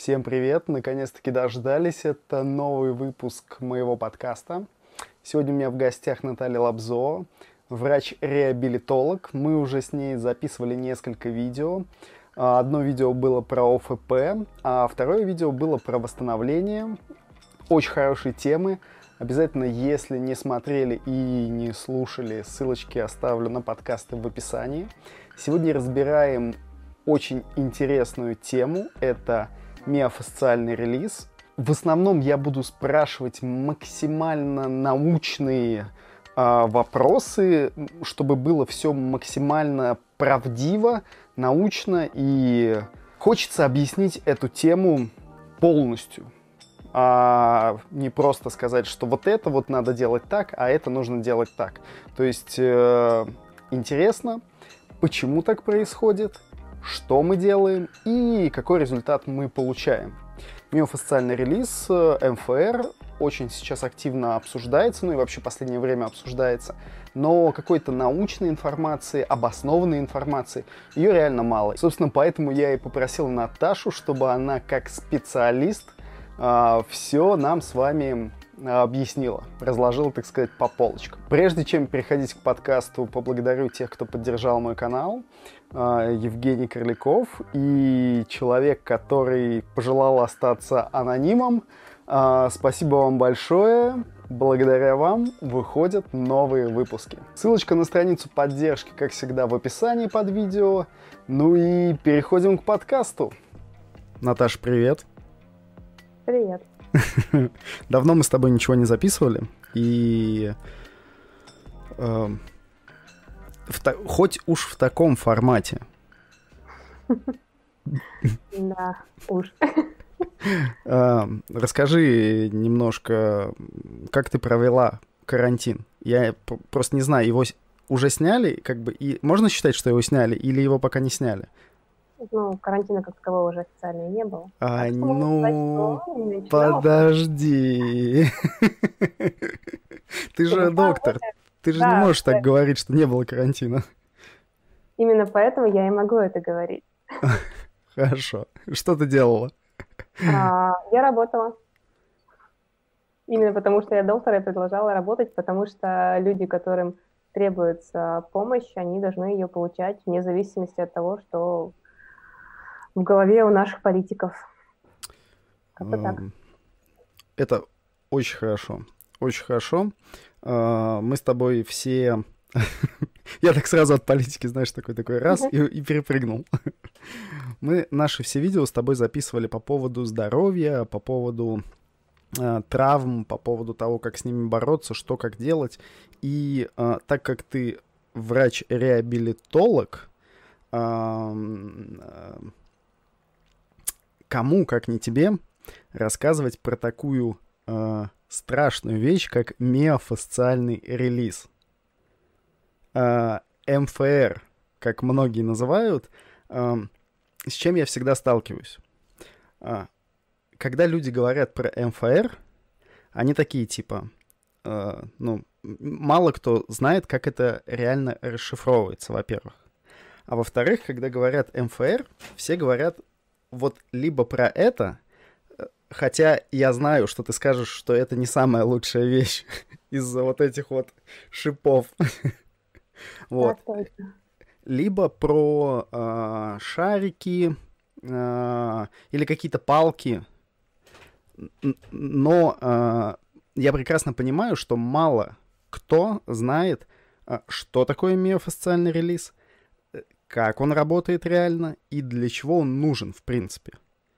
Всем привет! Наконец-таки дождались. Это новый выпуск моего подкаста. Сегодня у меня в гостях Наталья Лобзова, врач-реабилитолог. Мы уже с ней записывали несколько видео. Одно видео было про ОФП, а второе видео было про восстановление. Очень хорошие темы. Обязательно, если не смотрели и не слушали, ссылочки оставлю на подкасты в описании. Сегодня разбираем очень интересную тему. Это миофасциальный релиз. В основном я буду спрашивать максимально научные вопросы, чтобы было все максимально правдиво, научно, и хочется объяснить эту тему полностью. Не просто сказать, что вот это вот надо делать так, а это нужно делать так. То есть интересно, почему так происходит, что мы делаем и какой результат мы получаем. Миофасциальный релиз, МФР, очень сейчас активно обсуждается, ну и вообще в последнее время обсуждается, но какой-то научной информации, обоснованной информации, ее реально мало. Собственно, поэтому я и попросил Наташу, чтобы она как специалист все нам с вами объяснила, разложила, так сказать, по полочкам. Прежде чем переходить к подкасту, поблагодарю тех, кто поддержал мой канал. Евгений Кроляков и человек, который пожелал остаться анонимом. Спасибо вам большое. Благодаря вам выходят новые выпуски. Ссылочка на страницу поддержки, как всегда, в описании под видео. Ну и переходим к подкасту. Наташа, привет. Привет. Давно мы с тобой ничего не записывали, и хоть уж в таком формате. Да, уж. Расскажи немножко, как ты провела карантин. Я просто не знаю, его уже сняли, и можно считать, что его сняли, или его пока не сняли? Ну, карантина как такового уже официально и не было. Подожди. Ты же доктор. Ты же не можешь так говорить, что не было карантина. Именно поэтому я и могу это говорить. Хорошо. Что ты делала? Я работала. Именно потому, что я доктор, я продолжала работать, потому что люди, которым требуется помощь, они должны ее получать вне зависимости от того, что в голове у наших политиков. Как-то так. Это очень хорошо. Очень хорошо. Мы с тобой все... Я так сразу от политики, знаешь, такой раз и перепрыгнул. Мы наши все видео с тобой записывали по поводу здоровья, по поводу травм, по поводу того, как с ними бороться, что как делать. И так как ты врач-реабилитолог, кому, как не тебе, рассказывать про такую страшную вещь, как миофасциальный релиз. МФР, как многие называют, с чем я всегда сталкиваюсь. Когда люди говорят про МФР, они такие типа, мало кто знает, как это реально расшифровывается, во-первых. А во-вторых, когда говорят МФР, все говорят вот либо про это, хотя я знаю, что ты скажешь, что это не самая лучшая вещь из-за вот этих вот шипов. Вот. Либо про шарики или какие-то палки. Но я прекрасно понимаю, что мало кто знает, что такое миофасциальный релиз, как он работает реально и для чего он нужен, в принципе.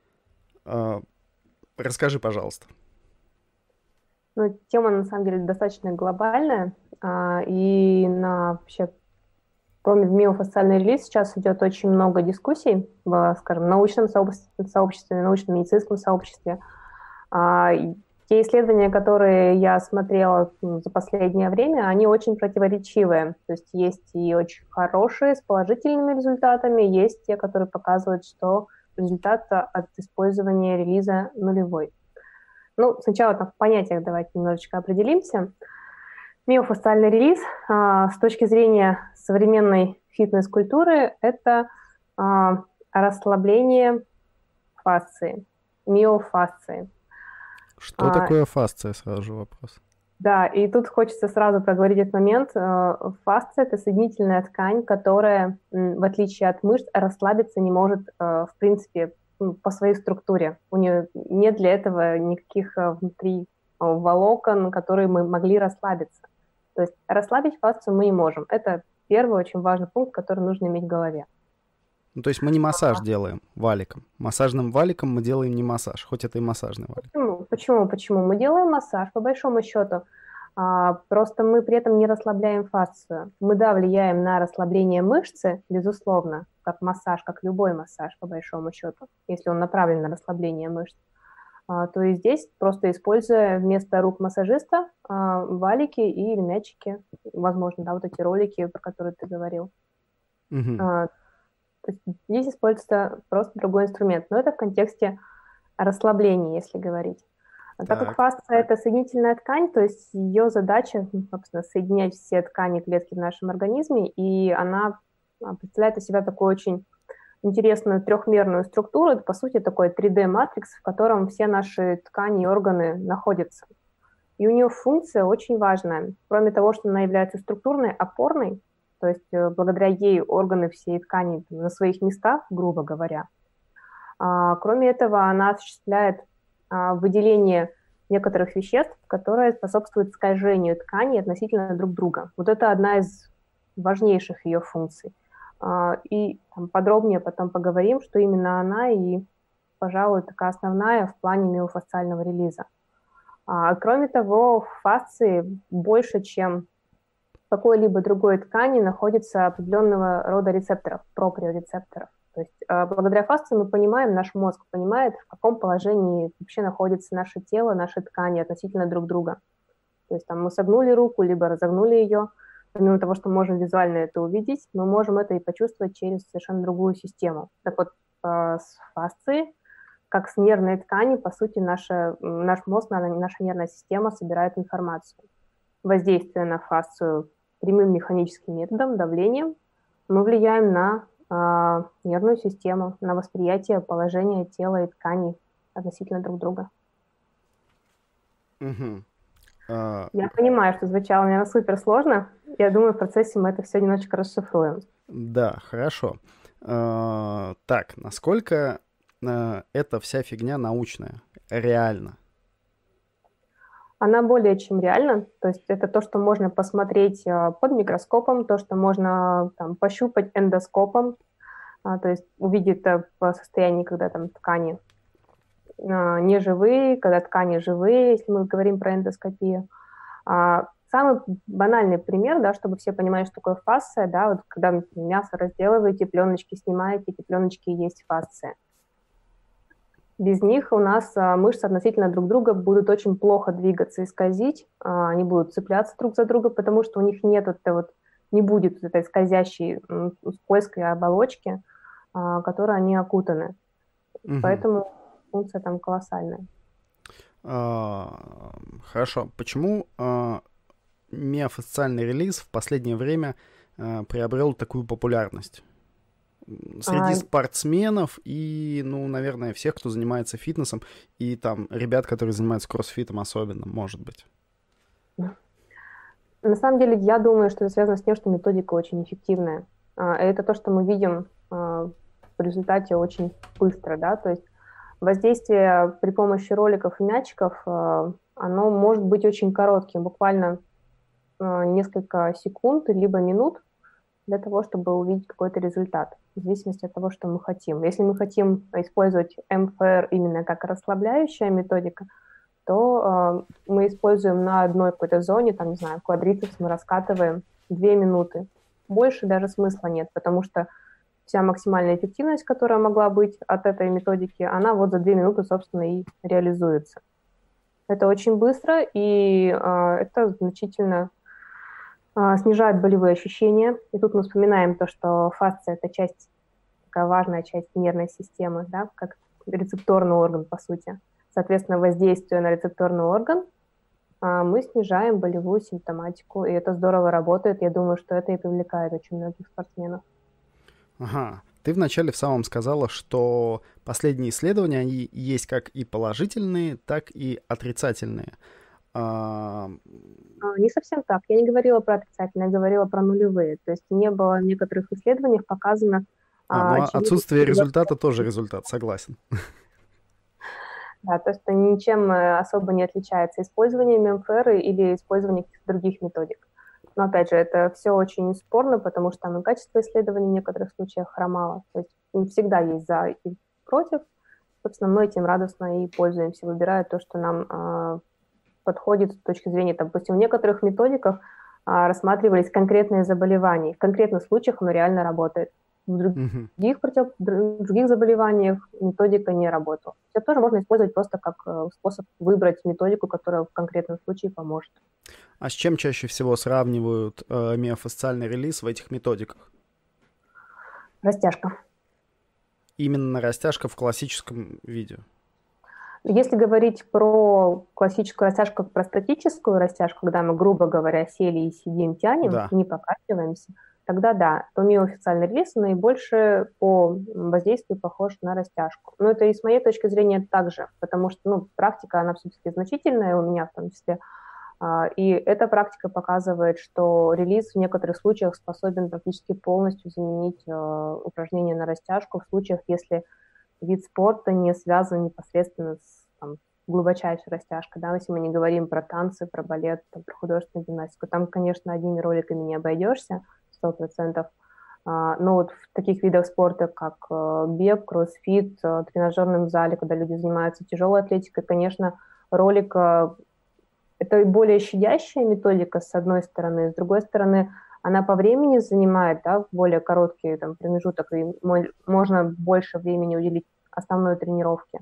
Расскажи, пожалуйста. Ну, тема, на самом деле, достаточно глобальная. И вообще, кроме миофасциальный релиз, сейчас идет очень много дискуссий в, скажем, научном сообществе, научно-медицинском сообществе. Те исследования, которые я смотрела за последнее время, они очень противоречивые. То есть и очень хорошие, с положительными результатами, есть те, которые показывают, что результат от использования релиза нулевой. Ну, сначала в понятиях давайте немножечко определимся. Миофасциальный релиз с точки зрения современной фитнес-культуры – это расслабление фасции. миофасции. Что такое фасция, сразу же вопрос. Да, и тут хочется сразу проговорить этот момент. Фасция – это соединительная ткань, которая, в отличие от мышц, расслабиться не может, в принципе, по своей структуре. У нее нет для этого никаких внутри волокон, которые мы могли расслабиться. То есть расслабить фасцию мы не можем. Это первый очень важный пункт, который нужно иметь в голове. Ну, то есть мы не массаж делаем валиком. Массажным валиком мы делаем не массаж, хоть это и массажный валик. Почему? Мы делаем массаж, по большому счету. Просто мы при этом не расслабляем фасцию. Мы, да, влияем на расслабление мышцы, безусловно, как массаж, как любой массаж, по большому счету, если он направлен на расслабление мышц. То есть здесь просто используя вместо рук массажиста валики или мячики, возможно, да, вот эти ролики, про которые ты говорил. То есть здесь используется просто другой инструмент, но это в контексте расслабления, если говорить. Так как фасция – это соединительная ткань, то есть ее задача, собственно, соединять все ткани клетки в нашем организме, и она представляет из себя такую очень интересную трехмерную структуру. Это, по сути, такой 3D-матрикс, в котором все наши ткани и органы находятся. И у нее функция очень важная. Кроме того, что она является структурной, опорной, то есть благодаря ей органы всей ткани на своих местах, грубо говоря. Кроме этого, она осуществляет выделение некоторых веществ, которые способствуют скольжению тканей относительно друг друга. Вот это одна из важнейших ее функций. И подробнее потом поговорим, что именно она и, пожалуй, такая основная в плане миофасциального релиза. Кроме того, в фасции больше, чем в какой-либо другой ткани, находится определенного рода рецепторов, проприорецепторов. То есть благодаря фасции мы понимаем, наш мозг понимает, в каком положении вообще находится наше тело, наши ткани относительно друг друга. То есть мы согнули руку, либо разогнули ее. Помимо того, что мы можем визуально это увидеть, мы можем это и почувствовать через совершенно другую систему. Так вот, с фасцией, как с нервной ткани, по сути, наш мозг, наша нервная система собирает информацию. Воздействуя на фасцию прямым механическим методом, давлением, мы влияем на нервную систему, на восприятие положения тела и тканей относительно друг друга. Я понимаю, что звучало, наверное, супер сложно. Я думаю, в процессе мы это все немножечко расшифруем. Да, хорошо. Так, насколько эта вся фигня научная, реально? Она более чем реальна. То есть это то, что можно посмотреть под микроскопом, то, что можно пощупать эндоскопом, то есть увидеть это в состоянии, когда ткани не живые, когда ткани живые, если мы говорим про эндоскопию. Самый банальный пример, да, чтобы все понимали, что такое фасция, да, вот когда мясо разделываете, пленочки снимаете, эти пленочки и есть фасция. Без них у нас мышцы относительно друг друга будут очень плохо двигаться и скользить, они будут цепляться друг за друга, потому что у них не будет этой скользящей скользкой оболочки, которой они окутаны. Поэтому функция там колоссальная. Хорошо. Почему миофасциальный релиз в последнее время приобрел такую популярность? Среди спортсменов и, наверное, всех, кто занимается фитнесом, и ребят, которые занимаются кроссфитом особенно, может быть. На самом деле, я думаю, что это связано с тем, что методика очень эффективная. Это то, что мы видим в результате очень быстро, да, то есть воздействие при помощи роликов и мячиков, оно может быть очень коротким, буквально несколько секунд либо минут для того, чтобы увидеть какой-то результат, в зависимости от того, что мы хотим. Если мы хотим использовать МФР именно как расслабляющая методика, то мы используем на одной какой-то зоне, квадрицепс мы раскатываем 2 минуты. Больше даже смысла нет, потому что вся максимальная эффективность, которая могла быть от этой методики, она вот за 2 минуты, собственно, и реализуется. Это очень быстро, и это значительно снижает болевые ощущения. И тут мы вспоминаем то, что фасция – это такая важная часть нервной системы, да, как рецепторный орган, по сути. Соответственно, воздействуя на рецепторный орган, мы снижаем болевую симптоматику, и это здорово работает. Я думаю, что это и привлекает очень многих спортсменов. Ага. ты вначале в самом сказала, что последние исследования, они есть как и положительные, так и отрицательные. А, Не совсем так. Я не говорила про отрицательные, я говорила про нулевые. То есть не было в некоторых исследованиях показано ну, очевидно. отсутствие результата тоже результат, согласен. Да, то есть это ничем особо не отличается использование МФР или использование каких-то других методик. Но опять же, это все очень спорно, потому что там и качество исследований в некоторых случаях хромало. То есть не всегда есть за и против. Собственно, мы этим радостно и пользуемся, выбирая то, что нам подходит с точки зрения, допустим, в некоторых методиках рассматривались конкретные заболевания. В конкретных случаях оно реально работает. В других заболеваниях методика не работала. Это тоже можно использовать просто как способ выбрать методику, которая в конкретном случае поможет. А с чем чаще всего сравнивают миофасциальный релиз в этих методиках? Растяжка. Именно растяжка в классическом виде? Если говорить про классическую растяжку, как про статическую растяжку, когда мы, грубо говоря, сели и сидим, тянем, Да. не покачиваемся, тогда да, то миофасциальный релиз наибольше по воздействию похож на растяжку. Но это и с моей точки зрения также, потому что практика, она все-таки значительная у меня в том числе, и эта практика показывает, что релиз в некоторых случаях способен практически полностью заменить упражнения на растяжку в случаях, если вид спорта не связан непосредственно с глубочайшей растяжкой. Да? Если мы не говорим про танцы, про балет, про художественную гимнастику, там, конечно, одними роликами не обойдешься 100%. Но вот в таких видах спорта, как бег, кроссфит, в тренажерном зале, когда люди занимаются тяжелой атлетикой, конечно, ролик это более щадящая методика, с одной стороны. С другой стороны, она по времени занимает, да, более короткий промежуток, и можно больше времени уделить основной тренировке.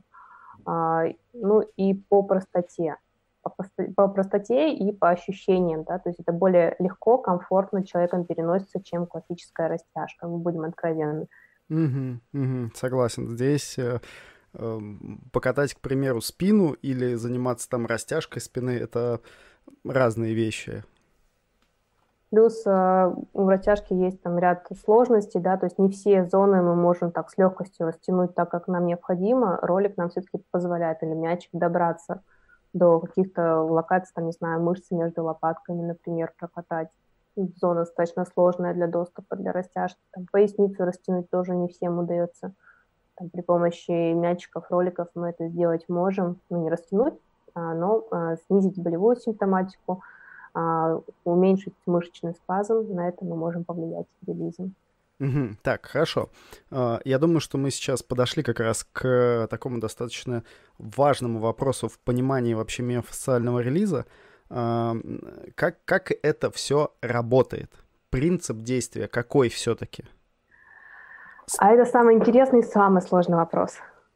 И по простоте. По простоте и по ощущениям, да, то есть это более легко, комфортно человеком переносится, чем классическая растяжка, мы будем откровенны. Согласен. Здесь покатать, к примеру, спину или заниматься там растяжкой спины — это разные вещи. Плюс у растяжки есть там ряд сложностей, да, то есть не все зоны мы можем так с легкостью растянуть так, как нам необходимо. Ролик нам все-таки позволяет, или мячик, добраться до каких-то локаций, там, не знаю, мышцы между лопатками, например, прокатать. Зона достаточно сложная для доступа, для растяжки. Там, поясницу растянуть тоже не всем удается. Там, при помощи мячиков, роликов мы это сделать можем. Не растянуть, но снизить болевую симптоматику, уменьшить мышечный спазм. На это мы можем повлиять релизом. Так, хорошо. Я думаю, что мы сейчас подошли как раз к такому достаточно важному вопросу в понимании вообще миофасциального релиза. Как это все работает? Принцип действия какой все-таки? А это самый интересный и самый сложный вопрос.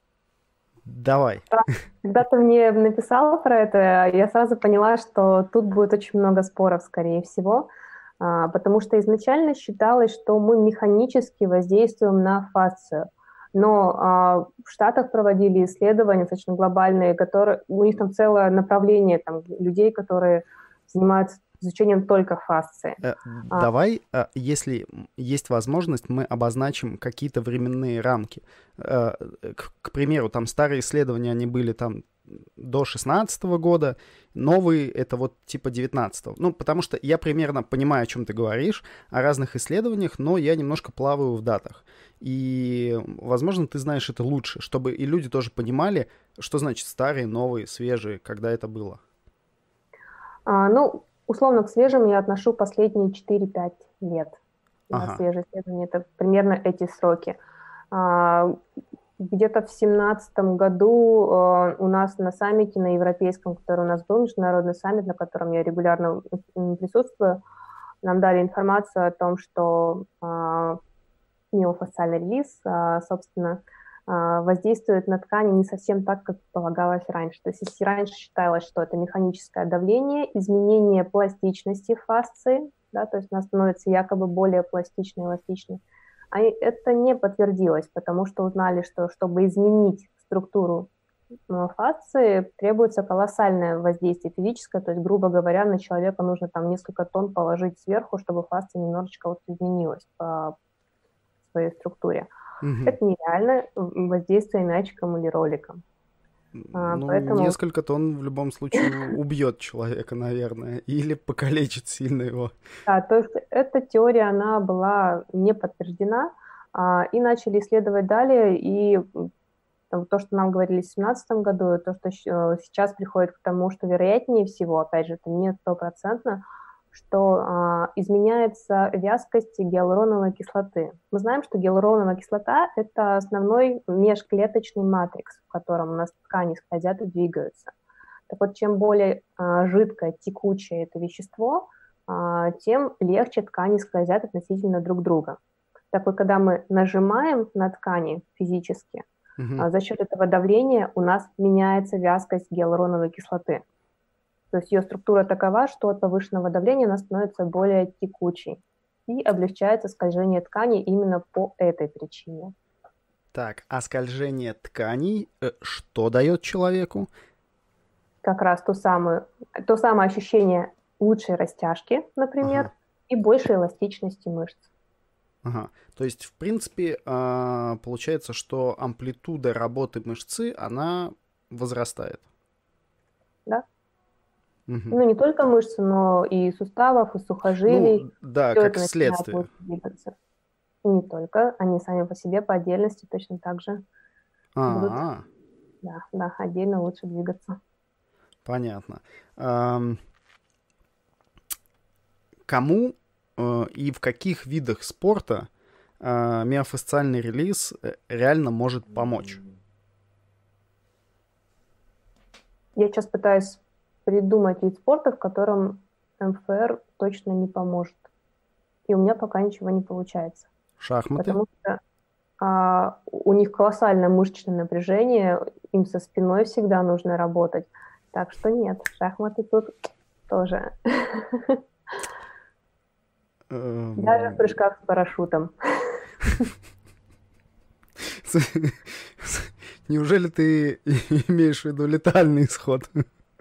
Давай. Когда ты мне написала про это, я сразу поняла, что тут будет очень много споров, скорее всего, потому что изначально считалось, что мы механически воздействуем на фасцию. Но в Штатах проводили исследования достаточно глобальные, у них там целое направление людей, которые занимаются изучением только фасции. Давай, если есть возможность, мы обозначим какие-то временные рамки. К примеру, там старые исследования, они были там до 2016 года, новые — это вот типа 19-го. Потому что я примерно понимаю, о чем ты говоришь, о разных исследованиях, но я немножко плаваю в датах. И, возможно, ты знаешь это лучше, чтобы и люди тоже понимали, что значит старые, новые, свежие, когда это было. Условно, к свежим я отношу последние 4-5 лет. Ага. Свежие исследования — это примерно эти сроки. Где-то в 2017 году у нас на саммите, на европейском, который у нас был, международный саммит, на котором я регулярно присутствую, нам дали информацию о том, что миофасциальный релиз, собственно, воздействует на ткани не совсем так, как полагалось раньше. То есть если раньше считалось, что это механическое давление, изменение пластичности фасции, да, то есть она становится якобы более пластичной, эластичной, а это не подтвердилось, потому что узнали, что чтобы изменить структуру фасции, требуется колоссальное воздействие физическое, то есть, грубо говоря, на человека нужно там несколько тонн положить сверху, чтобы фасция немножечко изменилась по своей структуре. Мгм. Это нереально воздействие мячиком или роликом. Ну, Поэтому несколько тонн в любом случае убьет человека, наверное, или покалечит сильно его. да, то есть эта теория, она была не подтверждена, и начали исследовать далее, и там то, что нам говорили в 2017 году, и то, что сейчас приходит к тому, что вероятнее всего, опять же, это не стопроцентно, что изменяется вязкость гиалуроновой кислоты. Мы знаем, что гиалуроновая кислота – это основной межклеточный матрикс, в котором у нас ткани скользят и двигаются. Так вот, чем более жидкое, текучее это вещество, тем легче ткани скользят относительно друг друга. Так вот, когда мы нажимаем на ткани физически, Мгм. за счет этого давления у нас меняется вязкость гиалуроновой кислоты. То есть ее структура такова, что от повышенного давления она становится более текучей и облегчается скольжение ткани именно по этой причине. Так, а скольжение тканей что дает человеку? Как раз то самое ощущение лучшей растяжки, например, Ага, и большей эластичности мышц. ага. То есть, в принципе, получается, что амплитуда работы мышцы, она возрастает. Да? Мгм. Ну, не только мышцы, но и суставов, и сухожилий. Ну, да, Все как это начинает следствие. лучше двигаться. И не только, они сами по себе по отдельности точно так же будут, А, да, отдельно лучше двигаться. понятно. Ам, Кому и в каких видах спорта миофасциальный релиз реально может помочь? Я сейчас пытаюсь придумать вид спорта, в котором МФР точно не поможет. И у меня пока ничего не получается. Шахматы? Потому что у них колоссальное мышечное напряжение, им со спиной всегда нужно работать. Так что нет, шахматы тут тоже. Даже в Эм, прыжках с парашютом. Неужели ты имеешь в виду летальный исход?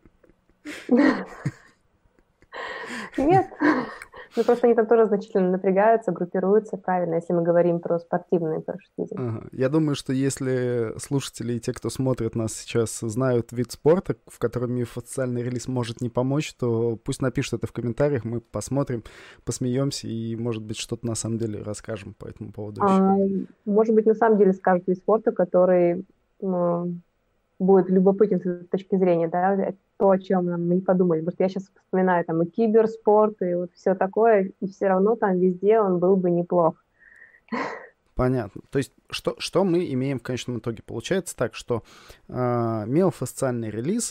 Нет. Ну, просто они там тоже значительно напрягаются, группируются, правильно, если мы говорим про спортивный парашютизм. Ага. Я думаю, что если слушатели и те, кто смотрит нас сейчас, знают вид спорта, в котором миофасциальный релиз может не помочь, то пусть напишут это в комментариях, мы посмотрим, посмеемся и, может быть, что-то на самом деле расскажем по этому поводу еще. Может быть, на самом деле скажут вид спорта, который будет любопытен с этой точки зрения, да, то, о чем мы не подумали. Потому что я сейчас вспоминаю там и киберспорт, и вот все такое, и все равно там везде он был бы неплох. Понятно. То есть, что мы имеем в конечном итоге? Получается так, что миофасциальный релиз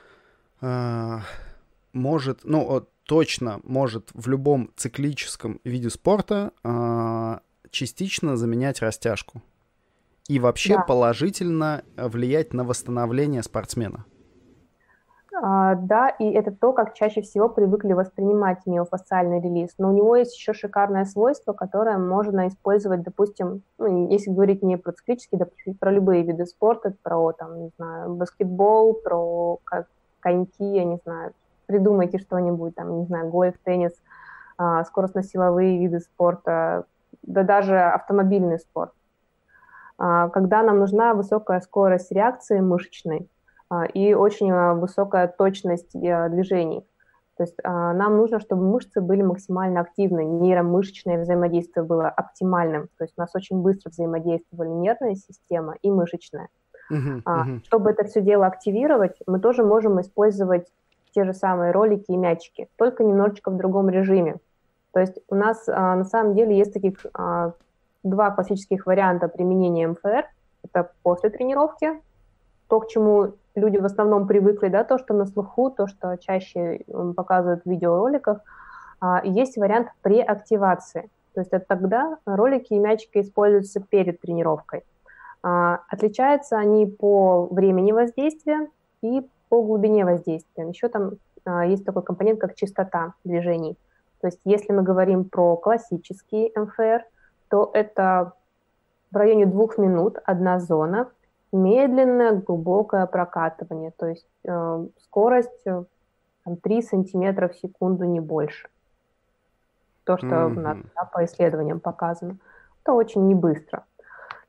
может, ну, точно может в любом циклическом виде спорта частично заменять растяжку. И вообще Да, положительно влиять на восстановление спортсмена. да, и это то, как чаще всего привыкли воспринимать миофасциальный релиз. Но у него есть еще шикарное свойство, которое можно использовать, допустим, ну, если говорить не про циклический, допустим, про любые виды спорта, про, там, не знаю, баскетбол, про коньки, я не знаю, придумайте что-нибудь, там, не знаю, гольф, теннис, скоростно-силовые виды спорта, да даже автомобильный спорт. Когда нам нужна высокая скорость реакции мышечной, и очень высокая точность движений. То есть нам нужно, чтобы мышцы были максимально активны, нейромышечное взаимодействие было оптимальным. То есть у нас очень быстро взаимодействовали нервная система и мышечная. Мгм, мгм. Чтобы это все дело активировать, мы тоже можем использовать те же самые ролики и мячики, только немножечко в другом режиме. То есть у нас на самом деле есть таких два классических варианта применения МФР. Это после тренировки, то, к чему люди в основном привыкли, да, то, что на слуху, то, что чаще показывают в видеороликах. И есть вариант преактивации. То есть это тогда ролики и мячики используются перед тренировкой. Отличаются они по времени воздействия и по глубине воздействия. Еще там есть такой компонент, как частота движений. То есть если мы говорим про классический МФР, то это в районе 2 минут одна зона, медленное глубокое прокатывание, то есть скорость 3 сантиметра в секунду, не больше. То, что у нас Мгм. по исследованиям показано. Это очень не быстро.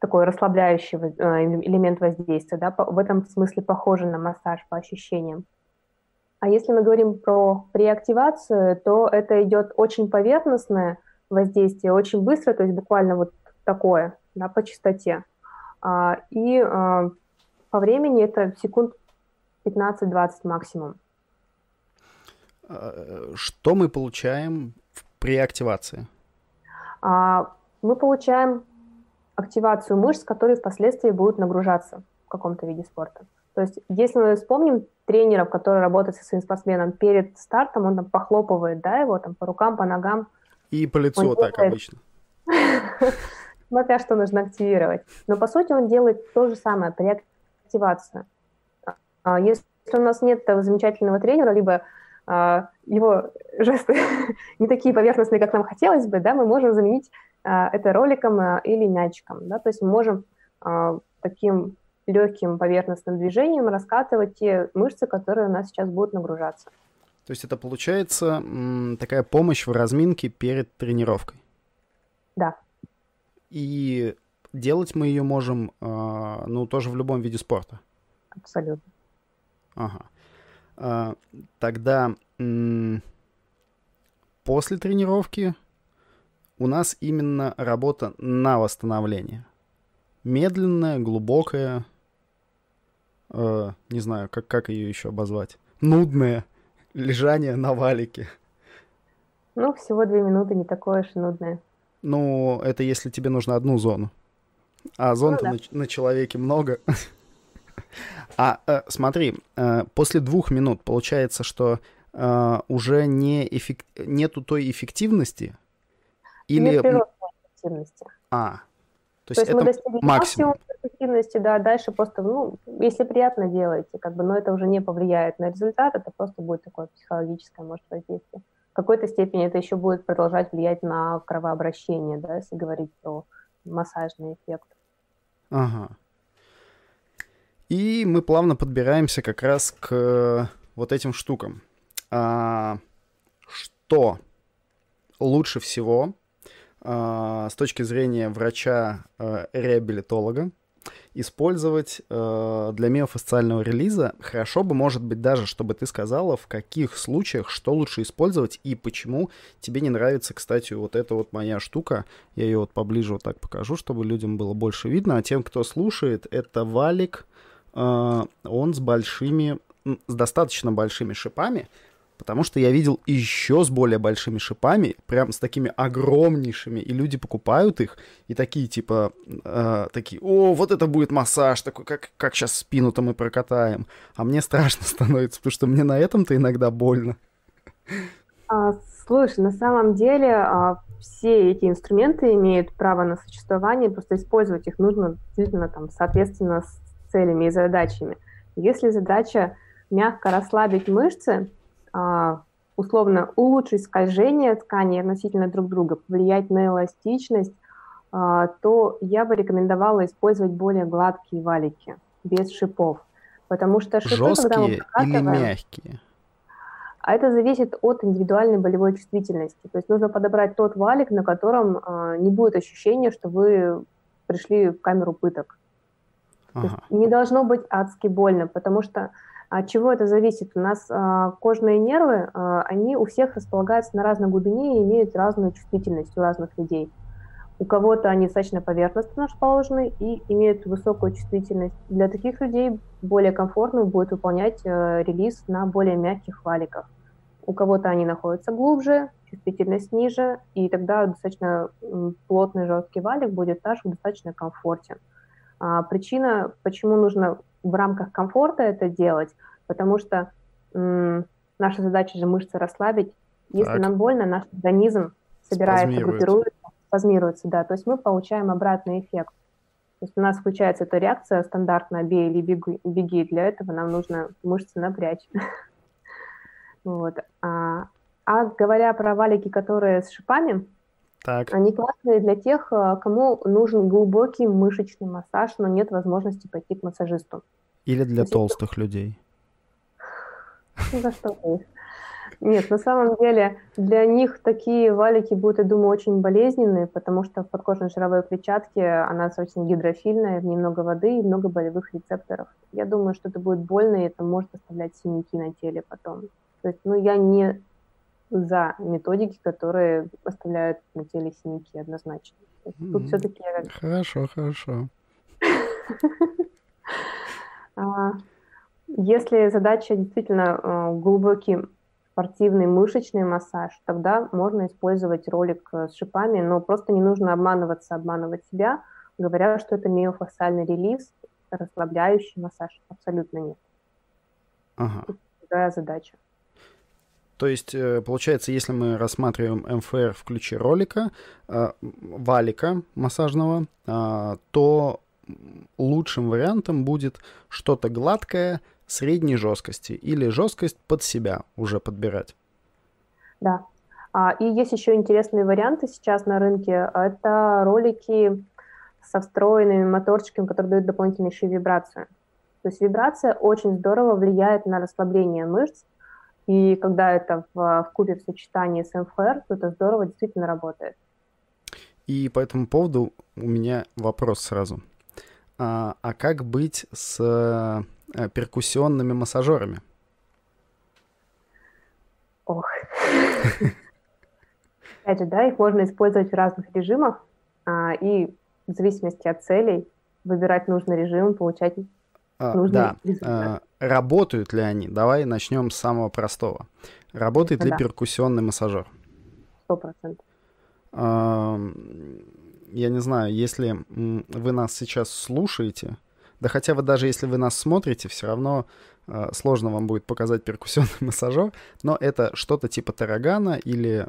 такой расслабляющий элемент воздействия, да, в этом смысле похоже на массаж по ощущениям. А если мы говорим про преактивацию, то это идет очень поверхностное воздействие, очень быстро, то есть буквально вот такое, да, по частоте. И по времени это секунд 15-20 максимум. Что мы получаем при активации? Мы получаем активацию мышц, которые впоследствии будут нагружаться в каком-то виде спорта. То есть, если мы вспомним тренеров, которые работают со своим спортсменом перед стартом, он там похлопывает, да, его там по рукам, по ногам. И по лицу так обычно. Смотря что нужно активировать. Но, по сути, он делает то же самое при активации. Если у нас нет этого замечательного тренера, либо его жесты не такие поверхностные, как нам хотелось бы, да, мы можем заменить это роликом или мячиком. Да? То есть мы можем таким легким поверхностным движением раскатывать те мышцы, которые у нас сейчас будут нагружаться. То есть это получается такая помощь в разминке перед тренировкой? Да. И делать мы ее можем, тоже в любом виде спорта? Абсолютно. Ага. Тогда после тренировки у нас именно работа на восстановление. Медленная, глубокая, не знаю, как ее еще обозвать, нудное лежание на валике. Всего 2 минуты, не такое уж и нудное. Это если тебе нужно одну зону, а зон-то да. на человеке много. Смотри, после 2 минут получается, что уже нету той эффективности? Или... Нет природной эффективности. То есть это мы достигли максимум эффективности, да, дальше просто, если приятно, делайте, но это уже не повлияет на результат, это просто будет такое психологическое, может, воздействие. В какой-то степени это еще будет продолжать влиять на кровообращение, да, если говорить про массажный эффект. Ага. И мы плавно подбираемся как раз к вот этим штукам. Что лучше всего с точки зрения врача-реабилитолога использовать для миофасциального релиза? Хорошо бы, может быть, даже, чтобы ты сказала, в каких случаях, что лучше использовать и почему тебе не нравится, кстати, вот эта вот моя штука. Я ее вот поближе вот так покажу, чтобы людям было больше видно. А тем, кто слушает, это валик, он с достаточно большими шипами, потому что я видел еще с более большими шипами, прям с такими огромнейшими, и люди покупают их, и такие, типа, вот это будет массаж, такой, как сейчас спину-то мы прокатаем. А мне страшно становится, потому что мне на этом-то иногда больно. Слушай, на самом деле все эти инструменты имеют право на существование, просто использовать их нужно действительно соответственно с целями и задачами. Если задача мягко расслабить мышцы, условно улучшить скольжение тканей относительно друг друга, повлиять на эластичность, то я бы рекомендовала использовать более гладкие валики, без шипов. Потому что шипы, жесткие когда мы прокатываем, или мягкие? А это зависит от индивидуальной болевой чувствительности. То есть нужно подобрать тот валик, на котором не будет ощущения, что вы пришли в камеру пыток. То есть не должно быть адски больно, потому что от чего это зависит? У нас кожные нервы, они у всех располагаются на разной глубине и имеют разную чувствительность у разных людей. У кого-то они достаточно поверхностно расположены и имеют высокую чувствительность. Для таких людей более комфортно будет выполнять релиз на более мягких валиках. У кого-то они находятся глубже, чувствительность ниже, и тогда достаточно плотный жесткий валик будет также достаточно комфортен. Причина, почему нужно в рамках комфорта это делать, потому что наша задача же мышцы расслабить. Если нам больно, наш организм собирается, группируется, спазмируется, да, то есть мы получаем обратный эффект. То есть у нас включается эта реакция стандартная «бей или беги», для этого нам нужно мышцы напрячь. Вот. А говоря про валики, которые с шипами, они классные для тех, кому нужен глубокий мышечный массаж, но нет возможности пойти к массажисту. Или для толстых людей. За что вы? Нет, на самом деле для них такие валики будут, я думаю, очень болезненные, потому что в подкожной жировой клетчатке она очень гидрофильная, в ней много воды и много болевых рецепторов. Я думаю, что это будет больно, и это может оставлять синяки на теле потом. То есть, я не за методики, которые оставляют на теле синяки однозначно. Тут все-таки Хорошо, хорошо. Если задача действительно глубокий спортивный мышечный массаж, тогда можно использовать ролик с шипами, но просто не нужно обманывать себя, говоря, что это миофасциальный релиз, расслабляющий массаж. Абсолютно нет. Ага. Это другая задача. То есть, получается, если мы рассматриваем МФР в ключе ролика, валика массажного, то лучшим вариантом будет что-то гладкое, средней жесткости или жесткость под себя уже подбирать. Да. И есть еще интересные варианты сейчас на рынке. Это ролики со встроенными моторчиками, которые дают дополнительную еще вибрацию. То есть вибрация очень здорово влияет на расслабление мышц, и когда это вкупе в сочетании с МФР, то это здорово действительно работает. И по этому поводу у меня вопрос сразу. А как быть с перкуссионными массажерами? Ох. Опять же, да, их можно использовать в разных режимах, и в зависимости от целей выбирать нужный режим, получать нужный результат. Работают ли они? Давай начнем с самого простого. Работает ли перкуссионный массажер? 100%. Я не знаю, если вы нас сейчас слушаете, да хотя бы даже если вы нас смотрите, все равно сложно вам будет показать перкуссионный массажер, но это что-то типа тарагана или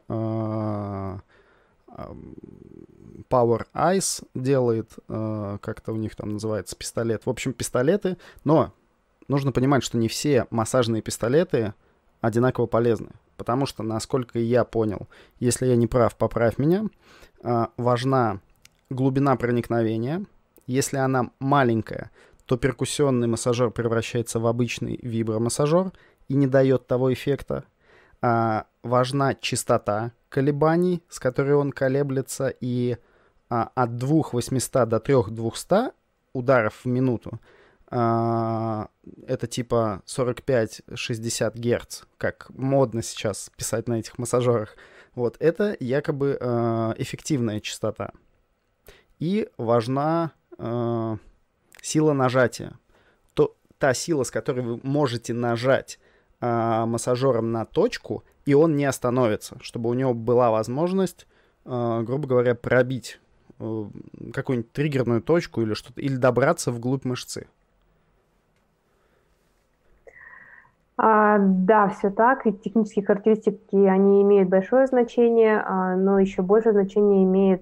Power Ice делает, как-то у них там называется пистолет. В общем, пистолеты, но нужно понимать, что не все массажные пистолеты одинаково полезны. Потому что, насколько я понял, если я не прав, поправь меня, важна глубина проникновения. Если она маленькая, то перкуссионный массажер превращается в обычный вибромассажер и не дает того эффекта. Важна частота колебаний, с которой он колеблется, и от 2800 до 3200 ударов в минуту это типа 45-60 Гц, как модно сейчас писать на этих массажерах. Вот, это якобы эффективная частота. И важна сила нажатия. Та сила, с которой вы можете нажать массажером на точку, и он не остановится, чтобы у него была возможность, грубо говоря, пробить какую-нибудь триггерную точку или что-то, или добраться вглубь мышцы. Да, все так. И технические характеристики, они имеют большое значение, но еще большее значение имеет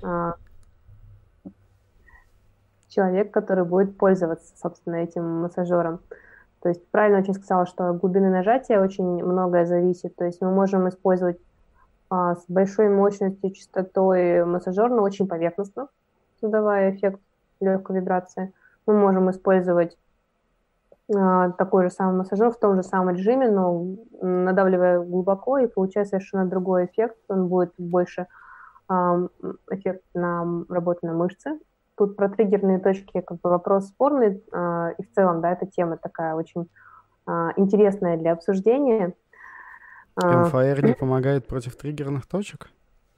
человек, который будет пользоваться, собственно, этим массажером. То есть правильно очень сказала, что от глубины нажатия очень многое зависит. То есть мы можем использовать с большой мощностью, частотой массажер, но очень поверхностно, создавая эффект легкой вибрации. Мы можем использовать такой же самый массажер в том же самом режиме, но надавливая глубоко, и получая совершенно другой эффект. Он будет больше эффект на работу на мышцы. Тут про триггерные точки как бы вопрос спорный, и в целом, да, эта тема такая очень интересная для обсуждения. МФР не помогает против триггерных точек?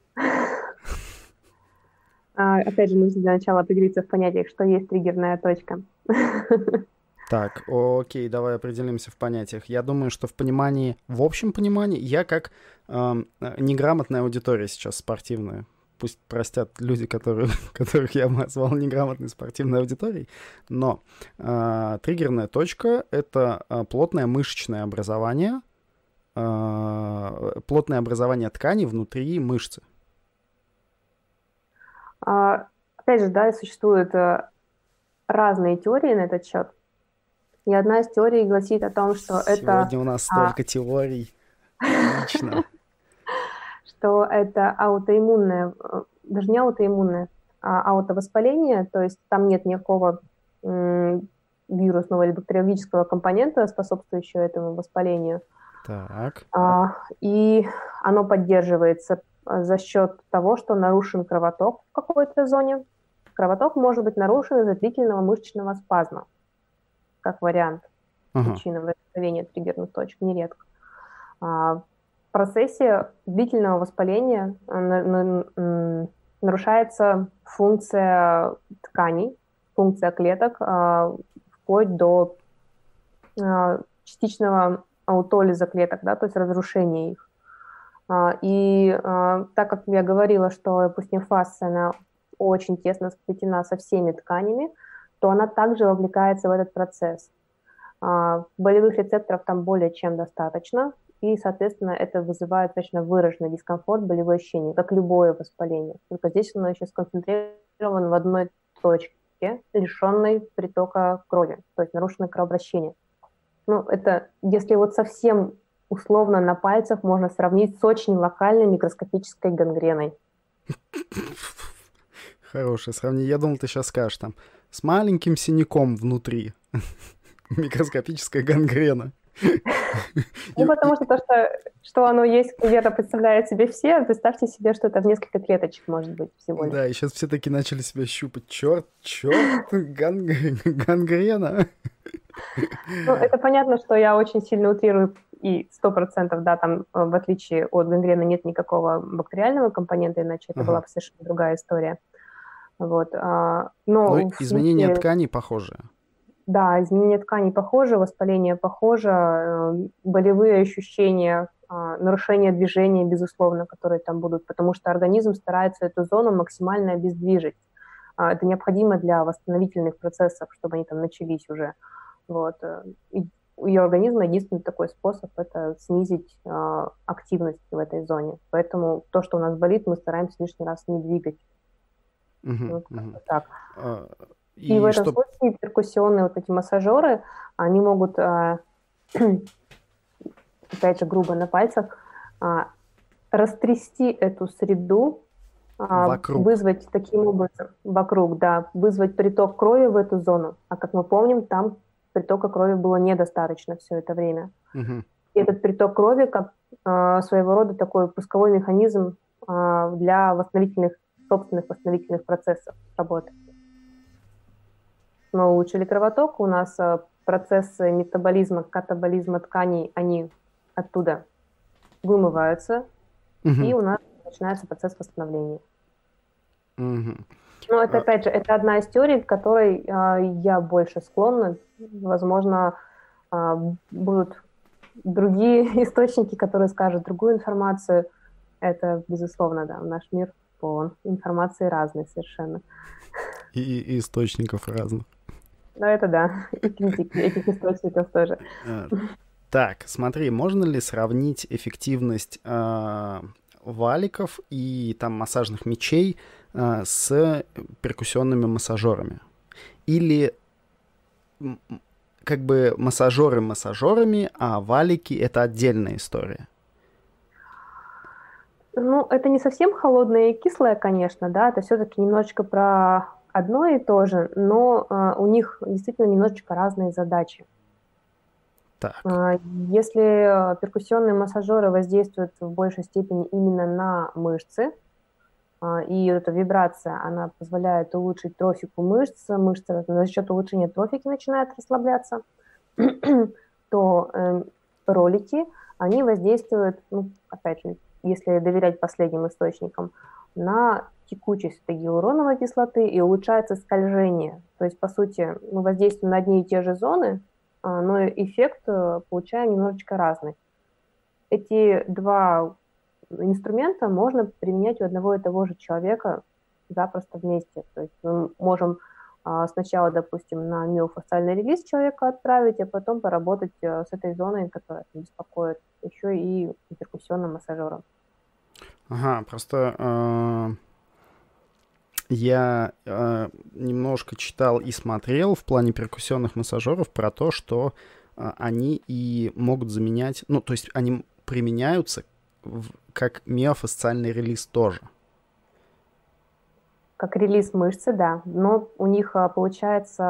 Опять же, нужно для начала определиться в понятиях, что есть триггерная точка. Так, окей, давай определимся в понятиях. Я думаю, что в общем понимании, я как неграмотная аудитория сейчас спортивная. Пусть простят люди, которых я назвал неграмотной спортивной аудиторией, но триггерная точка — это плотное мышечное образование, ткани внутри мышцы. Опять же, да, существуют разные теории на этот счет. И одна из теорий гласит о том, что Сегодня у нас столько теорий. Отлично. Что это аутоиммунное, даже не аутоиммунное, а аутовоспаление, то есть там нет никакого вирусного или бактериологического компонента, способствующего этому воспалению. Так. И оно поддерживается за счет того, что нарушен кровоток в какой-то зоне. Кровоток может быть нарушен из-за длительного мышечного спазма, как вариант причины возникновения триггерных точек, нередко. В процессе длительного воспаления нарушается функция тканей, функция клеток, вплоть до частичного аутолиза клеток, да, то есть разрушения их. И так как я говорила, что допустим, фасция, она очень тесно сплетена со всеми тканями, то она также вовлекается в этот процесс. Болевых рецепторов там более чем достаточно, и, соответственно, это вызывает достаточно выраженный дискомфорт, болевые ощущения, как любое воспаление. Только здесь оно еще сконцентрировано в одной точке, лишенной притока крови, то есть нарушенное кровообращение. Ну, это, если вот совсем условно на пальцах, можно сравнить с очень локальной микроскопической гангреной. Хорошее сравнение. Я думал, ты сейчас скажешь там с маленьким синяком внутри. Микроскопическая гангрена. Ну, потому что то, что оно есть, примерно представляют себе все, представьте себе, что это в несколько клеточек может быть всего лишь. Да, и сейчас все таки начали себя щупать. Черт, гангрена. Ну, это понятно, что я очень сильно утрирую, и 100%, да, там, в отличие от гангрены, нет никакого бактериального компонента, иначе это была бы совершенно другая история. Вот. Но изменения тканей похожие. Да, изменение тканей похоже, воспаление похоже, болевые ощущения, нарушение движения, безусловно, которые там будут, потому что организм старается эту зону максимально обездвижить. Это необходимо для восстановительных процессов, чтобы они там начались уже. Вот. И у ее организма единственный такой способ – это снизить активность в этой зоне. Поэтому то, что у нас болит, мы стараемся лишний раз не двигать. Вот так. И в этом случае перкуссионные вот эти массажеры, они могут, опять же, грубо на пальцах, растрясти эту среду, вызвать таким образом вокруг, да, вызвать приток крови в эту зону. А как мы помним, там притока крови было недостаточно все это время. И этот приток крови как своего рода такой пусковой механизм для собственных восстановительных процессов работы. Мы улучшили кровоток, у нас процессы метаболизма, катаболизма тканей, они оттуда вымываются, и у нас начинается процесс восстановления. Но это, опять же, это одна из теорий, к которой я больше склонна. Возможно, будут другие источники, которые скажут другую информацию. Это, безусловно, да, наш мир полон информации разной совершенно. И источников разных. Ну, это да, и критики этих источников тоже. Так, смотри, можно ли сравнить эффективность валиков и там массажных мечей с перкуссионными массажерами? Или как бы массажеры массажерами, а валики — это отдельная история? Ну, это не совсем холодное и кислое, конечно, да, это все-таки немножечко про одно и то же, но у них действительно немножечко разные задачи. Так. Если перкуссионные массажеры воздействуют в большей степени именно на мышцы, и эта вибрация, она позволяет улучшить трофику мышц, мышцы за счет улучшения трофики начинают расслабляться, то ролики, они воздействуют, ну, опять же, если доверять последним источникам, на текучесть гиалуроновой кислоты и улучшается скольжение. То есть, по сути, мы воздействуем на одни и те же зоны, но эффект получаем немножечко разный. Эти два инструмента можно применять у одного и того же человека запросто вместе. То есть мы можем сначала, допустим, на миофасциальный релиз человека отправить, а потом поработать с этой зоной, которая беспокоит, еще и перкуссионным массажером. Ага, просто я немножко читал и смотрел в плане перкуссионных массажеров про то, что они и могут заменять, ну, то есть они применяются как миофасциальный релиз тоже. Как релиз мышцы, да, но у них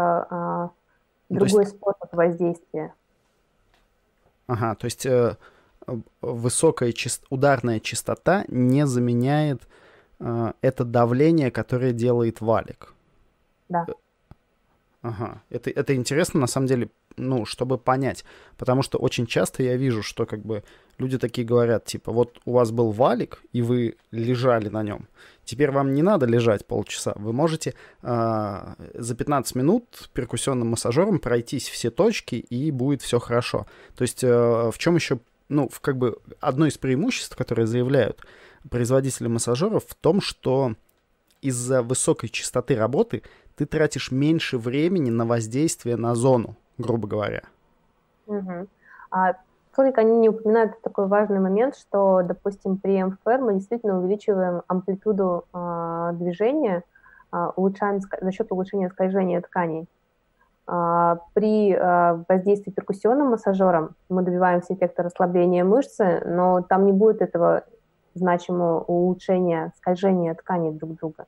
получается другой способ воздействия. Ага, то есть ударная частота не заменяет это давление, которое делает валик. Да. Ага. Это интересно, на самом деле, ну, чтобы понять. Потому что очень часто я вижу, что как бы люди такие говорят, типа, вот у вас был валик, и вы лежали на нем. Теперь вам не надо лежать полчаса. Вы можете за 15 минут перкуссионным массажером пройтись все точки, и будет все хорошо. То есть в чем еще, ну, как бы одно из преимуществ, которые заявляют производители массажеров, в том, что из-за высокой частоты работы ты тратишь меньше времени на воздействие на зону, грубо говоря. Угу. Только они не упоминают такой важный момент, что, допустим, при МФР мы действительно увеличиваем амплитуду движения, улучшаем за счет улучшения скольжения тканей. При воздействии перкуссионным массажером мы добиваемся эффекта расслабления мышцы, но там не будет этого значимого улучшения скольжения тканей друг друга.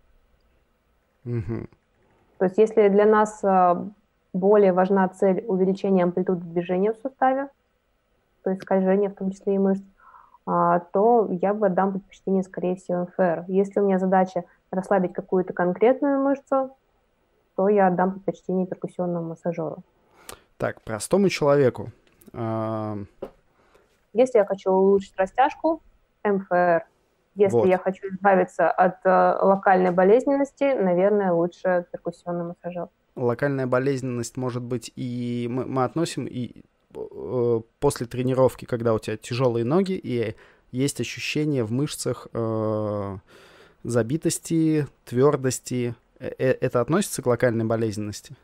Угу. То есть если для нас более важна цель увеличения амплитуды движения в суставе, то есть скольжения, в том числе и мышц, то я бы отдам предпочтение, скорее всего, МФР. Если у меня задача расслабить какую-то конкретную мышцу, то я отдам предпочтение перкуссионному массажеру. Так, простому человеку. Если я хочу улучшить растяжку, МФР. Если я хочу избавиться от локальной болезненности, наверное, лучше перкуссионный массажер. Локальная болезненность может быть и мы относим и после тренировки, когда у тебя тяжелые ноги и есть ощущение в мышцах забитости, твердости. Это относится к локальной болезненности?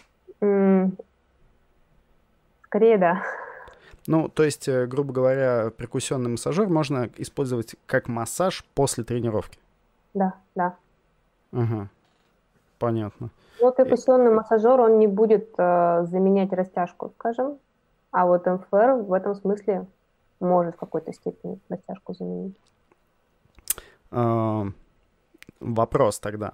Скорее, да. Ну, то есть, грубо говоря, перкуссионный массажер можно использовать как массаж после тренировки? Да, да. Ага, понятно. Но перкуссионный массажер, он не будет заменять растяжку, скажем, а вот МФР в этом смысле может в какой-то степени растяжку заменить. Вопрос тогда.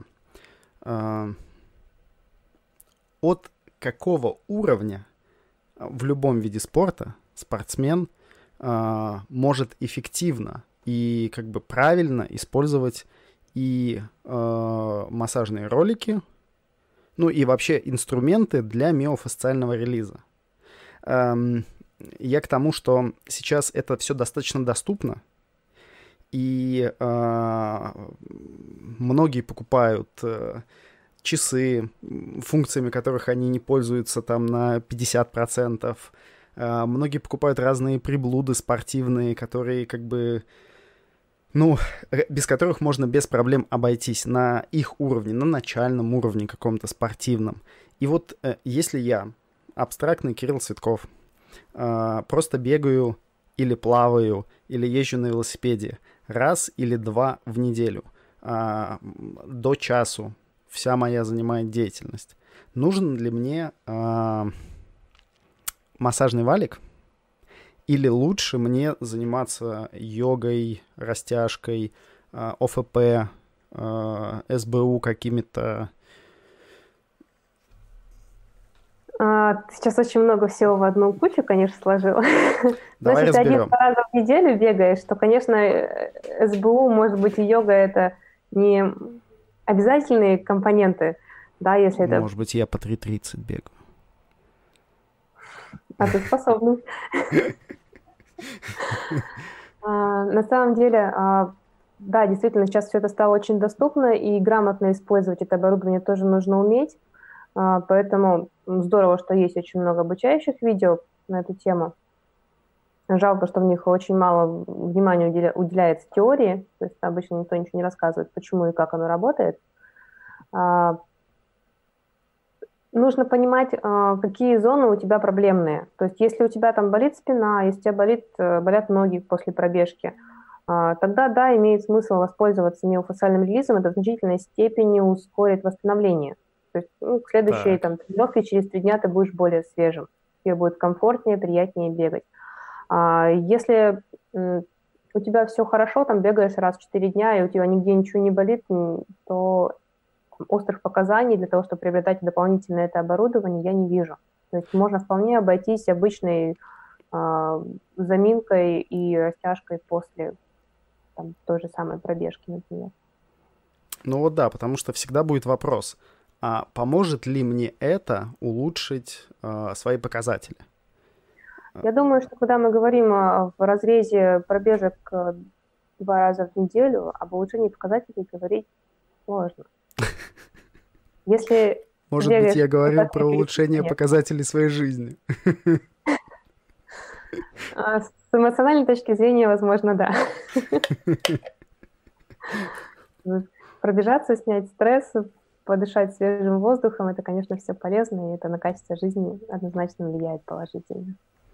От какого уровня в любом виде спорта спортсмен может эффективно и как бы правильно использовать и массажные ролики, ну и вообще инструменты для миофасциального релиза? Я к тому, что сейчас это все достаточно доступно, и многие покупают часы, функциями которых они не пользуются там на 50%. Многие покупают разные приблуды спортивные, которые как бы, ну, без которых можно без проблем обойтись на их уровне, на начальном уровне каком-то спортивном. И вот если я, абстрактный Кирилл Цветков, просто бегаю или плаваю, или езжу на велосипеде раз или два в неделю, до часу, вся моя занимает деятельность. Нужен ли мне массажный валик? Или лучше мне заниматься йогой, растяжкой, ОФП, СБУ какими-то? Сейчас очень много всего в одну кучу, конечно, сложила. Давай Но если ты разберем. 1-2 раза в неделю бегаешь, то, конечно, СБУ, может быть, и йога — это не обязательные компоненты, да, если это... Может быть, я по 3:30 бегаю. А ты способный. На самом деле, да, действительно, сейчас все это стало очень доступно, и грамотно использовать это оборудование тоже нужно уметь. Поэтому здорово, что есть очень много обучающих видео на эту тему. Жалко, что в них очень мало внимания уделяется теории, то есть обычно никто ничего не рассказывает, почему и как оно работает. Нужно понимать, какие зоны у тебя проблемные. То есть если у тебя там болит спина, если у тебя болят ноги после пробежки, тогда, да, имеет смысл воспользоваться миофасциальным релизом, это в значительной степени ускорит восстановление. То есть к следующей тренировке через 3 дня ты будешь более свежим, тебе будет комфортнее, приятнее бегать. Если у тебя все хорошо, там бегаешь раз в 4 дня, и у тебя нигде ничего не болит, то острых показаний для того, чтобы приобретать дополнительное это оборудование, я не вижу. То есть можно вполне обойтись обычной заминкой и растяжкой после той же самой пробежки, например. Ну вот да, потому что всегда будет вопрос, а поможет ли мне это улучшить свои показатели? Я думаю, что когда мы говорим в разрезе пробежек 2 раза в неделю, об улучшении показателей говорить сложно. Если Может быть, я говорил про улучшение нет. показателей своей жизни. С эмоциональной точки зрения, возможно, да. Пробежаться, снять стресс, подышать свежим воздухом, это, конечно, все полезно, и это на качество жизни однозначно влияет положительно.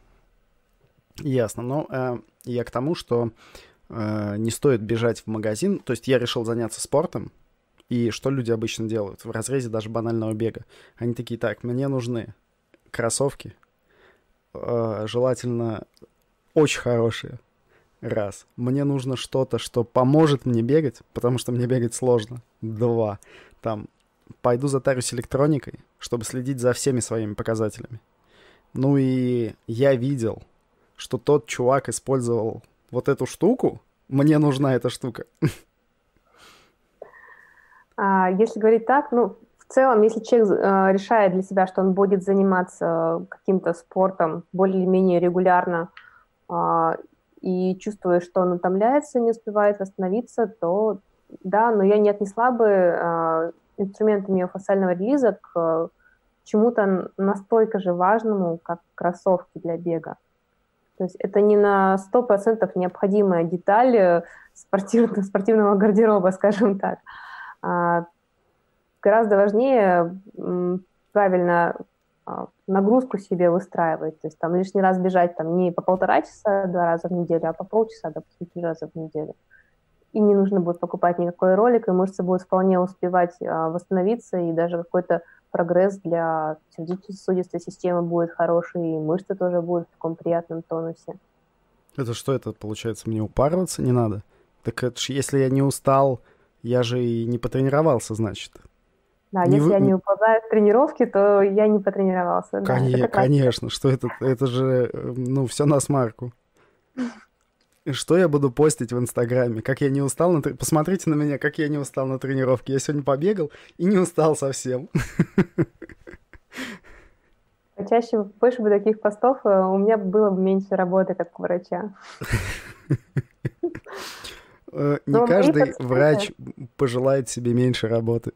Ясно. Но я к тому, что не стоит бежать в магазин. То есть я решил заняться спортом, и что люди обычно делают в разрезе даже банального бега? Они такие: так, мне нужны кроссовки, желательно очень хорошие. Раз. Мне нужно что-то, что поможет мне бегать, потому что мне бегать сложно. 2. Пойду затарюсь электроникой, чтобы следить за всеми своими показателями. Ну и я видел, что тот чувак использовал вот эту штуку. Мне нужна эта штука. Если говорить так, в целом, если человек решает для себя, что он будет заниматься каким-то спортом более-менее регулярно, и чувствует, что он утомляется, не успевает восстановиться, то да, но я не отнесла бы инструменты миофасциального релиза к чему-то настолько же важному, как кроссовки для бега. То есть это не на 100% необходимая деталь спортивного гардероба, скажем так. Гораздо важнее правильно нагрузку себе выстраивать. То есть лишний раз бежать не по 1,5 часа 2 раза в неделю, а по полчаса, допустим, 3 раза в неделю. И не нужно будет покупать никакой ролик, и мышцы будут вполне успевать восстановиться, и даже какой-то прогресс для сердечно-сосудистой системы будет хороший, и мышцы тоже будут в таком приятном тонусе. Это что это, получается, мне упарываться не надо? Так это ж, если я не устал, я же и не потренировался, значит. Да, если я не уползаю в тренировке, то я не потренировался. Конечно, что это? Это же, все на смарку. Что я буду постить в Инстаграме? Как я не устал Посмотрите на меня, как я не устал на тренировке. Я сегодня побегал и не устал совсем. Чаще, больше бы таких постов, у меня было бы меньше работы, как у врача. Не каждый врач пожелает себе меньше работы.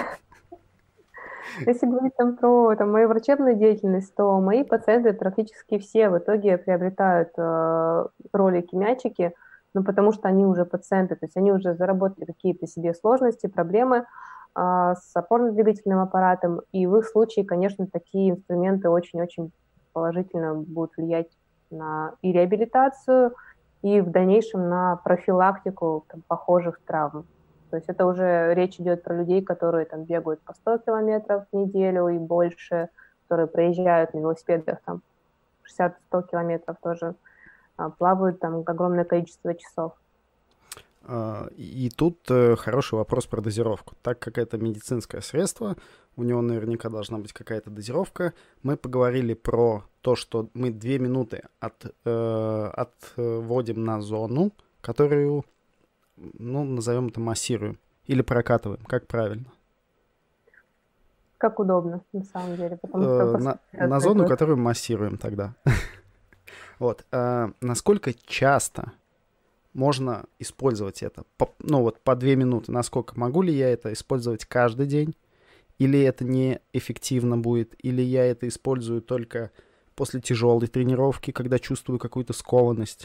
Если говорить про мою врачебную деятельность, то мои пациенты практически все в итоге приобретают ролики-мячики, потому что они уже пациенты, то есть они уже заработали какие-то себе сложности, проблемы с опорно-двигательным аппаратом, и в их случае, конечно, такие инструменты очень-очень положительно будут влиять на и реабилитацию, и в дальнейшем на профилактику похожих травм. То есть это уже речь идет про людей, которые бегают по 100 километров в неделю и больше, которые проезжают на велосипедах 60-100 километров тоже, плавают огромное количество часов. И тут хороший вопрос про дозировку. Так как это медицинское средство, у него наверняка должна быть какая-то дозировка. Мы поговорили про то, что мы 2 минуты отводим на зону, которую, назовем это, массируем или прокатываем. Как правильно? Как удобно, на самом деле. На зону, которую массируем тогда. Вот. Насколько часто можно использовать это? По 2 минуты. Насколько? Могу ли я это использовать каждый день? Или это неэффективно будет? Или я это использую только после тяжелой тренировки, когда чувствую какую-то скованность?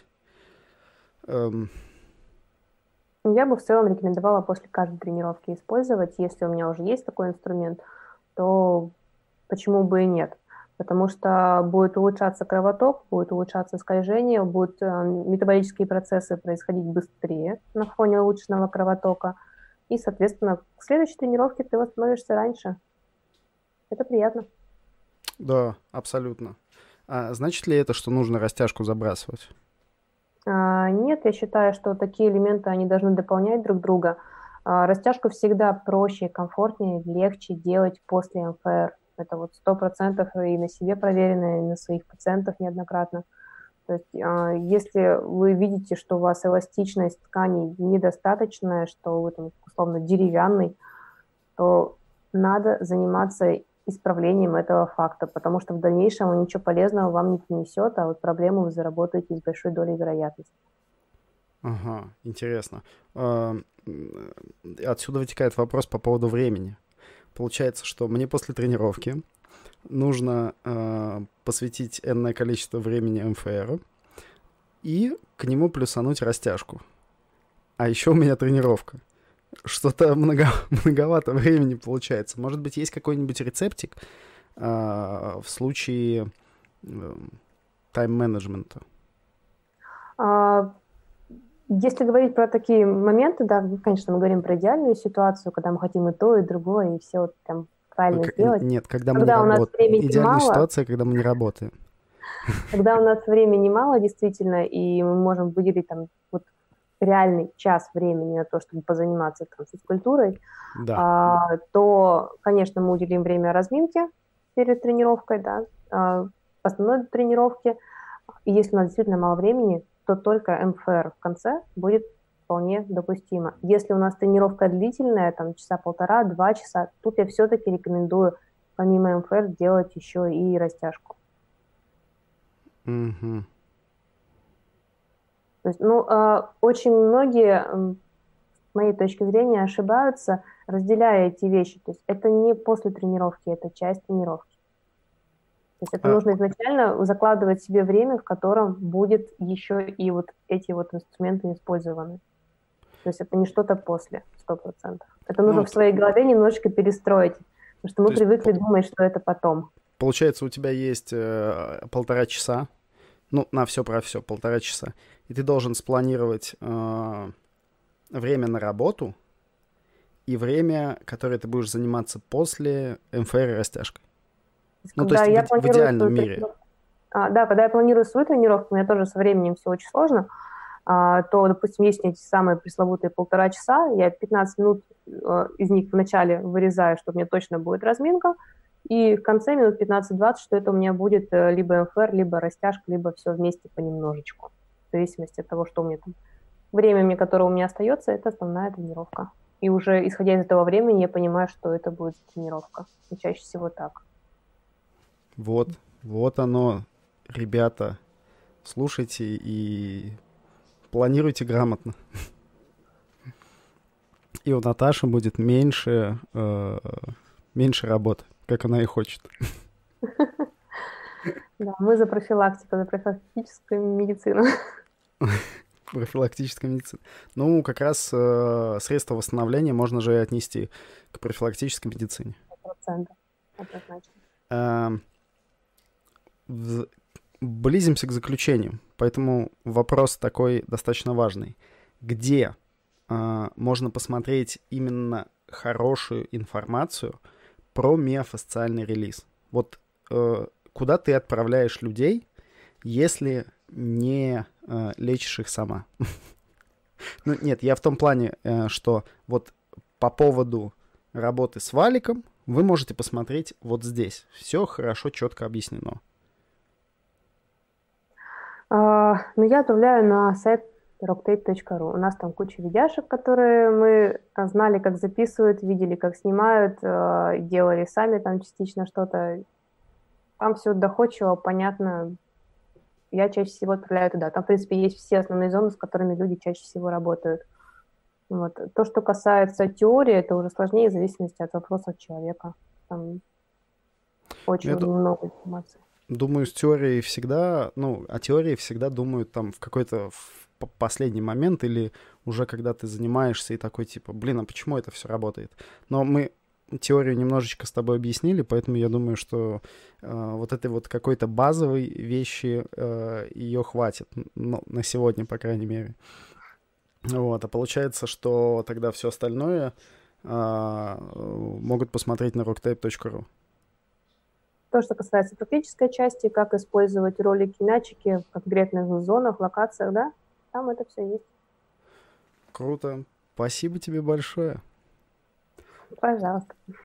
Я бы в целом рекомендовала после каждой тренировки использовать. Если у меня уже есть такой инструмент, то почему бы и нет? Потому что будет улучшаться кровоток, будет улучшаться скольжение, будут метаболические процессы происходить быстрее на фоне улучшенного кровотока. И, соответственно, к следующей тренировке ты восстановишься раньше. Это приятно. Да, абсолютно. А значит ли это, что нужно растяжку забрасывать? Нет, я считаю, что такие элементы, они должны дополнять друг друга. Растяжку всегда проще, комфортнее, легче делать после МФР. Это 100% и на себе проверено, и на своих пациентах неоднократно. То есть, если вы видите, что у вас эластичность тканей недостаточная, что вы там, условно, деревянный, то надо заниматься исправлением этого факта, потому что в дальнейшем он ничего полезного вам не принесет, а вот проблему вы заработаете с большой долей вероятности. Ага, интересно. Отсюда вытекает вопрос по поводу времени. Получается, что мне после тренировки нужно посвятить энное количество времени МФР и к нему плюсануть растяжку. А еще у меня тренировка. Что-то многовато времени получается. Может быть, есть какой-нибудь рецептик в случае тайм-менеджмента? Если говорить про такие моменты, да, конечно, мы говорим про идеальную ситуацию, когда мы хотим и то, и другое, и все вот там правильно сделать. Нет, когда мы не Когда у нас работаем. времени Идеальная мало, ситуация, когда мы не работаем. когда у нас времени мало, действительно, и мы можем выделить там вот реальный час времени на то, чтобы позаниматься там физкультурой, Да. то, конечно, мы уделим время разминке перед тренировкой, да, основной тренировке. И если у нас действительно мало времени, то только МФР в конце будет вполне допустимо. Если у нас тренировка длительная, там часа полтора, 2 часа, тут я все-таки рекомендую помимо МФР делать еще и растяжку. Угу. То есть, очень многие, с моей точки зрения, ошибаются, разделяя эти вещи. То есть это не после тренировки, это часть тренировки. То есть это нужно изначально закладывать себе время, в котором будет еще и вот эти вот инструменты использованы. То есть это не что-то после, 100%. Это нужно в своей голове немножечко перестроить, потому что мы привыкли думать, что это потом. Получается, у тебя есть 1,5 часа, на все про все, 1,5 часа, и ты должен спланировать время на работу и время, которое ты будешь заниматься после МФР и растяжкой. То есть в идеальном мире. Да, когда я планирую свою тренировку, у меня тоже со временем все очень сложно, то, допустим, есть эти самые пресловутые 1,5 часа, я 15 минут из них вначале вырезаю, что у меня точно будет разминка, и в конце минут 15-20, что это у меня будет либо МФР, либо растяжка, либо все вместе понемножечку, в зависимости от того, что у меня там. Время, которое у меня остается, это основная тренировка. И уже исходя из этого времени я понимаю, что это будет тренировка. И чаще всего так. Вот оно, ребята. Слушайте и планируйте грамотно. И у Наташи будет меньше работы, как она и хочет. Да, мы за профилактику, за профилактическую медицину. Профилактическая медицина. Как раз средства восстановления можно же и отнести к профилактической медицине. 100%. Однозначно. Близимся к заключению, поэтому вопрос такой достаточно важный. Где можно посмотреть именно хорошую информацию про миофасциальный релиз? Вот куда ты отправляешь людей, если не лечишь их сама? Нет, я в том плане, что вот по поводу работы с валиком вы можете посмотреть вот здесь. Все хорошо, четко объяснено. Я отправляю на сайт rocktape.ru. У нас там куча видяшек, которые мы знали, как записывают, видели, как снимают, делали сами там частично что-то. Там все доходчиво, понятно. Я чаще всего отправляю туда. Там, в принципе, есть все основные зоны, с которыми люди чаще всего работают. Вот. То, что касается теории, это уже сложнее в зависимости от вопросов человека. Там очень много информации. Думаю, с теорией всегда, о теории всегда думают там в какой-то последний момент или уже когда ты занимаешься и такой типа, а почему это все работает? Но мы теорию немножечко с тобой объяснили, поэтому я думаю, что вот этой вот какой-то базовой вещи ее хватит, на сегодня, по крайней мере. А получается, что тогда все остальное могут посмотреть на rocktape.ru. То, что касается практической части, как использовать ролики-мячики в конкретных зонах, локациях, да, там это все есть. Круто. Спасибо тебе большое. Пожалуйста.